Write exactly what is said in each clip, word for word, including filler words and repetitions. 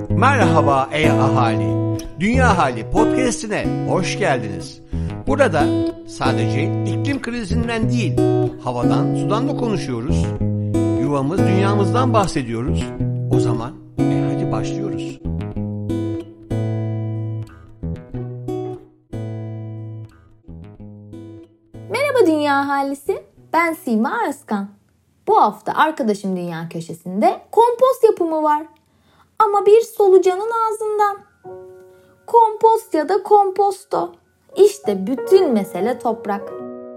Merhaba ey ahali, Dünya Hali Podcast'ine hoş geldiniz. Burada sadece iklim krizinden değil, havadan, sudan da konuşuyoruz. Yuvamız, dünyamızdan bahsediyoruz. O zaman e hadi başlıyoruz. Merhaba Dünya Ahalisi, ben Sima Özkan. Bu hafta Arkadaşım Dünya köşesinde kompost yapımı var. Ama bir solucanın ağzından. Kompost ya da komposto. İşte bütün mesele toprak.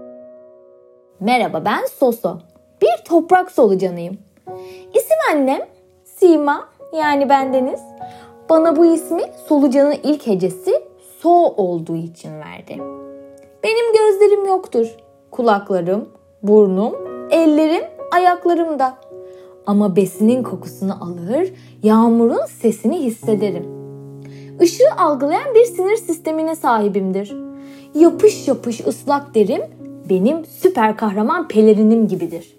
Merhaba, ben Soso. Bir toprak solucanıyım. İsim annem Sima, yani bendeniz, bana bu ismi solucanın ilk hecesi So olduğu için verdi. Benim gözlerim yoktur. Kulaklarım, burnum, ellerim, ayaklarım da. Ama besinin kokusunu alır, yağmurun sesini hissederim. Işığı algılayan bir sinir sistemine sahibimdir. Yapış yapış ıslak derim, benim süper kahraman pelerinim gibidir.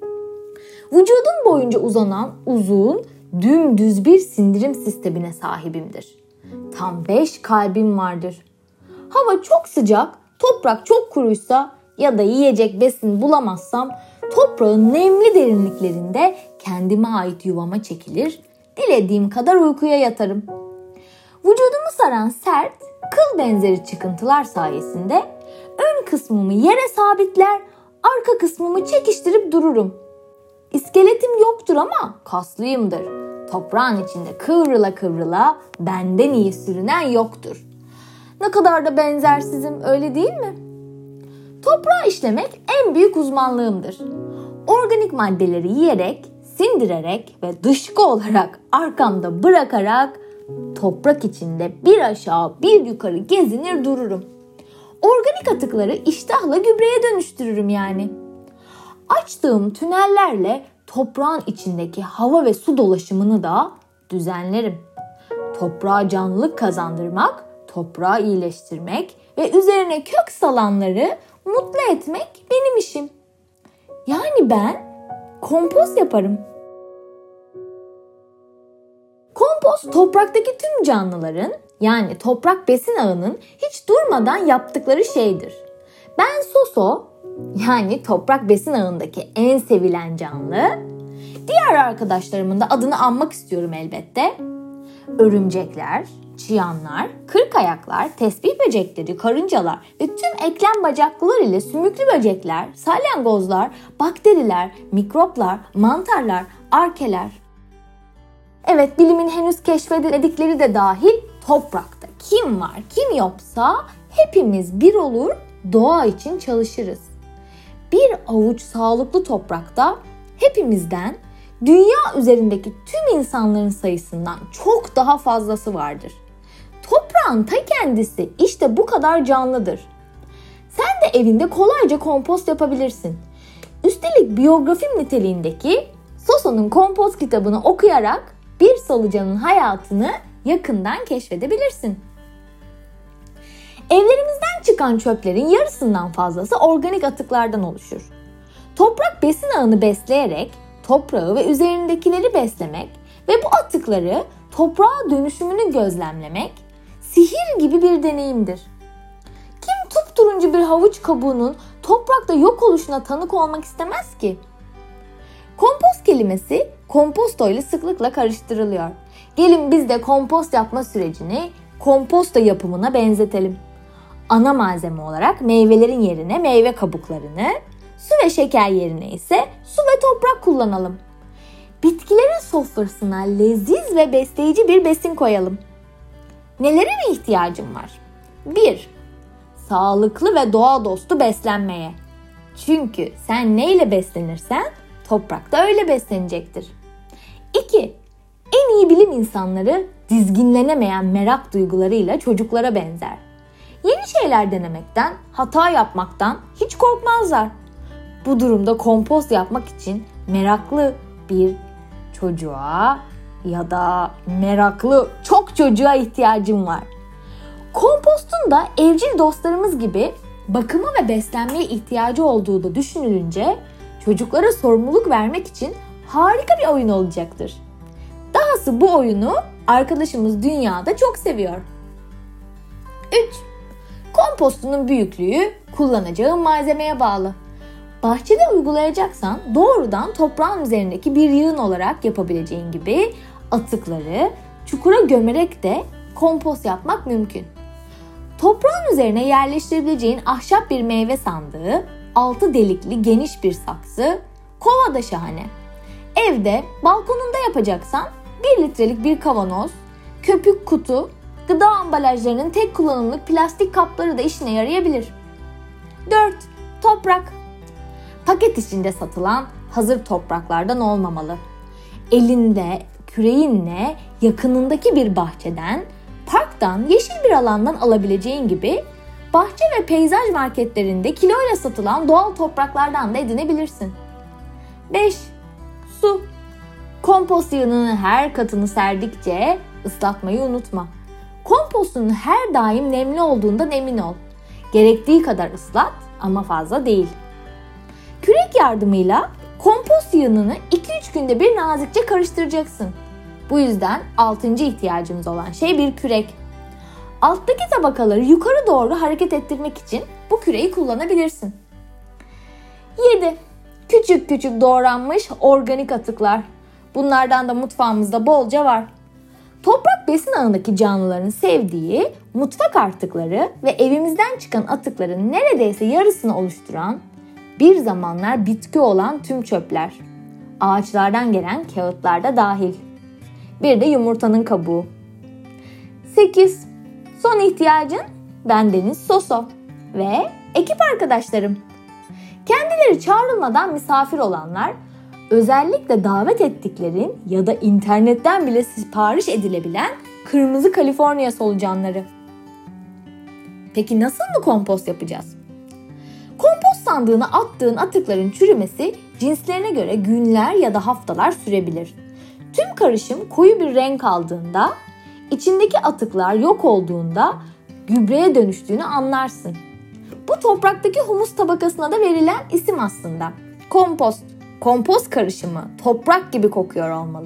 Vücudum boyunca uzanan uzun, dümdüz bir sindirim sistemine sahibimdir. Tam beş kalbim vardır. Hava çok sıcak, toprak çok kuruysa ya da yiyecek besin bulamazsam toprağın nemli derinliklerinde kendime ait yuvama çekilir, dilediğim kadar uykuya yatarım. Vücudumu saran sert, kıl benzeri çıkıntılar sayesinde ön kısmımı yere sabitler, arka kısmımı çekiştirip dururum. İskeletim yoktur ama kaslıyımdır. Toprağın içinde kıvrıla kıvrıla benden iyi sürünen yoktur. Ne kadar da benzersizim, öyle değil mi? Toprağı işlemek en büyük uzmanlığımdır. Organik maddeleri yiyerek, sindirerek ve dışkı olarak arkamda bırakarak toprak içinde bir aşağı bir yukarı gezinir dururum. Organik atıkları iştahla gübreye dönüştürürüm yani. Açtığım tünellerle toprağın içindeki hava ve su dolaşımını da düzenlerim. Toprağa canlılık kazandırmak, toprağı iyileştirmek ve üzerine kök salanları mutlu etmek benim işim. Yani ben kompost yaparım. Kompost topraktaki tüm canlıların, yani toprak besin ağının hiç durmadan yaptıkları şeydir. Ben Soso, yani toprak besin ağındaki en sevilen canlı, diğer arkadaşlarımın da adını anmak istiyorum elbette. Örümcekler, çıyanlar, kırkayaklar, tesbih böcekleri, karıncalar ve tüm eklem bacaklılar ile sümüklü böcekler, salyangozlar, bakteriler, mikroplar, mantarlar, arkeler. Evet, bilimin henüz keşfedilmedikleri de dahil toprakta kim var kim yoksa hepimiz bir olur, doğa için çalışırız. Bir avuç sağlıklı toprakta hepimizden dünya üzerindeki tüm insanların sayısından çok daha fazlası vardır. Toprağın ta kendisi işte bu kadar canlıdır. Sen de evinde kolayca kompost yapabilirsin. Üstelik biyografim niteliğindeki Soso'nun kompost kitabını okuyarak bir solucanın hayatını yakından keşfedebilirsin. Evlerimizden çıkan çöplerin yarısından fazlası organik atıklardan oluşur. Toprak besin ağını besleyerek toprağı ve üzerindekileri beslemek ve bu atıkları toprağa dönüşümünü gözlemlemek sihir gibi bir deneyimdir. Kim tupturuncu bir havuç kabuğunun toprakta yok oluşuna tanık olmak istemez ki? Kompost kelimesi komposto ile sıklıkla karıştırılıyor. Gelin biz de kompost yapma sürecini komposto yapımına benzetelim. Ana malzeme olarak meyvelerin yerine meyve kabuklarını, su ve şeker yerine ise su ve toprak kullanalım. Bitkilerin sofrasına leziz ve besleyici bir besin koyalım. Nelere mi ihtiyacım var? bir. Sağlıklı ve doğa dostu beslenmeye. Çünkü sen neyle beslenirsen toprak da öyle beslenecektir. iki. En iyi bilim insanları dizginlenemeyen merak duygularıyla çocuklara benzer. Yeni şeyler denemekten, hata yapmaktan hiç korkmazlar. Bu durumda kompost yapmak için meraklı bir çocuğa ya da meraklı çok çocuğa ihtiyacım var. Kompostun da evcil dostlarımız gibi bakıma ve beslenmeye ihtiyacı olduğu da düşünülünce çocuklara sorumluluk vermek için harika bir oyun olacaktır. Dahası bu oyunu arkadaşımız dünyada çok seviyor. üç. Kompostunun büyüklüğü kullanacağın malzemeye bağlı. Bahçede uygulayacaksan doğrudan toprağın üzerindeki bir yığın olarak yapabileceğin gibi atıkları çukura gömerek de kompost yapmak mümkün. Toprağın üzerine yerleştirebileceğin ahşap bir meyve sandığı, altı delikli geniş bir saksı, kova da şahane. Evde, balkonunda yapacaksan bir litrelik bir kavanoz, köpük kutu, gıda ambalajlarının tek kullanımlık plastik kapları da işine yarayabilir. dört. Toprak. Paket içinde satılan hazır topraklardan olmamalı. Elinde, küreğinle yakınındaki bir bahçeden, parktan, yeşil bir alandan alabileceğin gibi bahçe ve peyzaj marketlerinde kiloyla satılan doğal topraklardan da edinebilirsin. beş. Su. Kompost yığınının her katını serdikçe ıslatmayı unutma. Kompostunun her daim nemli olduğundan emin ol. Gerektiği kadar ıslat ama fazla değil. Kürek yardımıyla kompost yığınını iki üç günde bir nazikçe karıştıracaksın. Bu yüzden altıncı ihtiyacımız olan şey bir kürek. Alttaki tabakaları yukarı doğru hareket ettirmek için bu küreği kullanabilirsin. yedi. Küçük küçük doğranmış organik atıklar. Bunlardan da mutfağımızda bolca var. Toprak besin ağındaki canlıların sevdiği mutfak artıkları ve evimizden çıkan atıkların neredeyse yarısını oluşturan, bir zamanlar bitki olan tüm çöpler. Ağaçlardan gelen kağıtlar da dahil. Bir de yumurtanın kabuğu. sekiz. Son ihtiyacın bendeniz Soso ve ekip arkadaşlarım. Kendileri çağrılmadan misafir olanlar, özellikle davet ettiklerin ya da internetten bile sipariş edilebilen kırmızı Kaliforniya solucanları. Peki nasıl mı kompost yapacağız? Kompost sandığına attığın atıkların çürümesi cinslerine göre günler ya da haftalar sürebilir. Tüm karışım koyu bir renk aldığında, içindeki atıklar yok olduğunda gübreye dönüştüğünü anlarsın. Bu topraktaki humus tabakasına da verilen isim aslında. Kompost. Kompost karışımı toprak gibi kokuyor olmalı.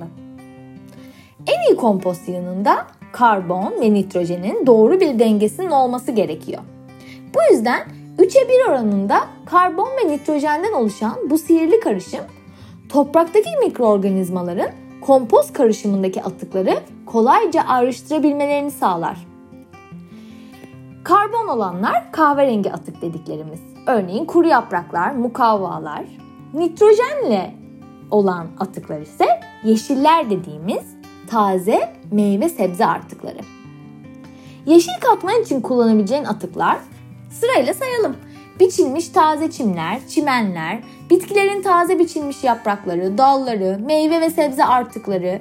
En iyi kompost yığınında karbon ve nitrojenin doğru bir dengesinin olması gerekiyor. Bu yüzden üçe bir oranında karbon ve nitrojenden oluşan bu sihirli karışım topraktaki mikroorganizmaların kompost karışımındaki atıkları kolayca ayrıştırabilmelerini sağlar. Karbon olanlar kahverengi atık dediklerimiz. Örneğin kuru yapraklar, mukavvalar. Nitrojenle olan atıklar ise yeşiller dediğimiz taze meyve sebze artıkları. Yeşil katman için kullanabileceğin atıklar sırayla sayalım. Biçilmiş taze çimler, çimenler, bitkilerin taze biçilmiş yaprakları, dalları, meyve ve sebze artıkları,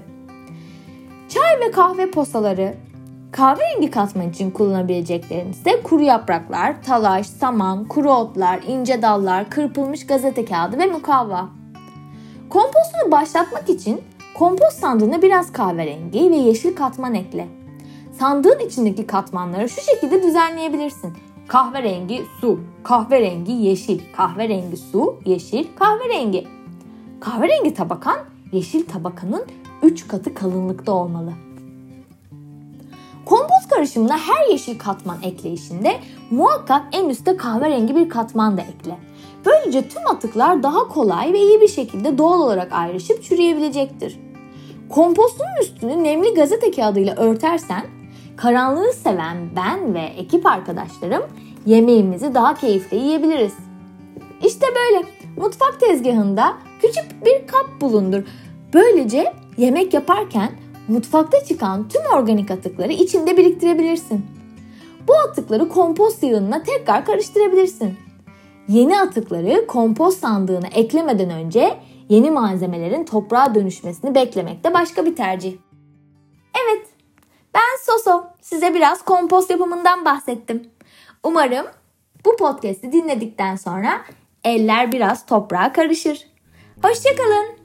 çay ve kahve posaları. Kahverengi katman için kullanabileceklerimiz ise kuru yapraklar, talaş, saman, kuru otlar, ince dallar, kırpılmış gazete kağıdı ve mukavva. Kompostunu başlatmak için kompost sandığına biraz kahverengi ve yeşil katman ekle. Sandığın içindeki katmanları şu şekilde düzenleyebilirsin. Kahverengi su, kahverengi yeşil, kahverengi su, yeşil, kahverengi. Kahverengi tabakan yeşil tabakanın üç katı kalınlıkta olmalı. Kompost karışımına her yeşil katman ekleyişinde muhakkak en üstte kahverengi bir katman da ekle. Böylece tüm atıklar daha kolay ve iyi bir şekilde doğal olarak ayrışıp çürüyebilecektir. Kompostunun üstünü nemli gazete kağıdıyla örtersen, karanlığı seven ben ve ekip arkadaşlarım yemeğimizi daha keyifli yiyebiliriz. İşte böyle mutfak tezgahında küçük bir kap bulundur. Böylece yemek yaparken mutfakta çıkan tüm organik atıkları içinde biriktirebilirsin. Bu atıkları kompost yığınına tekrar karıştırabilirsin. Yeni atıkları kompost sandığına eklemeden önce yeni malzemelerin toprağa dönüşmesini beklemek de başka bir tercih. Evet, ben Soso. Size biraz kompost yapımından bahsettim. Umarım bu podcast'i dinledikten sonra eller biraz toprağa karışır. Hoşça kalın.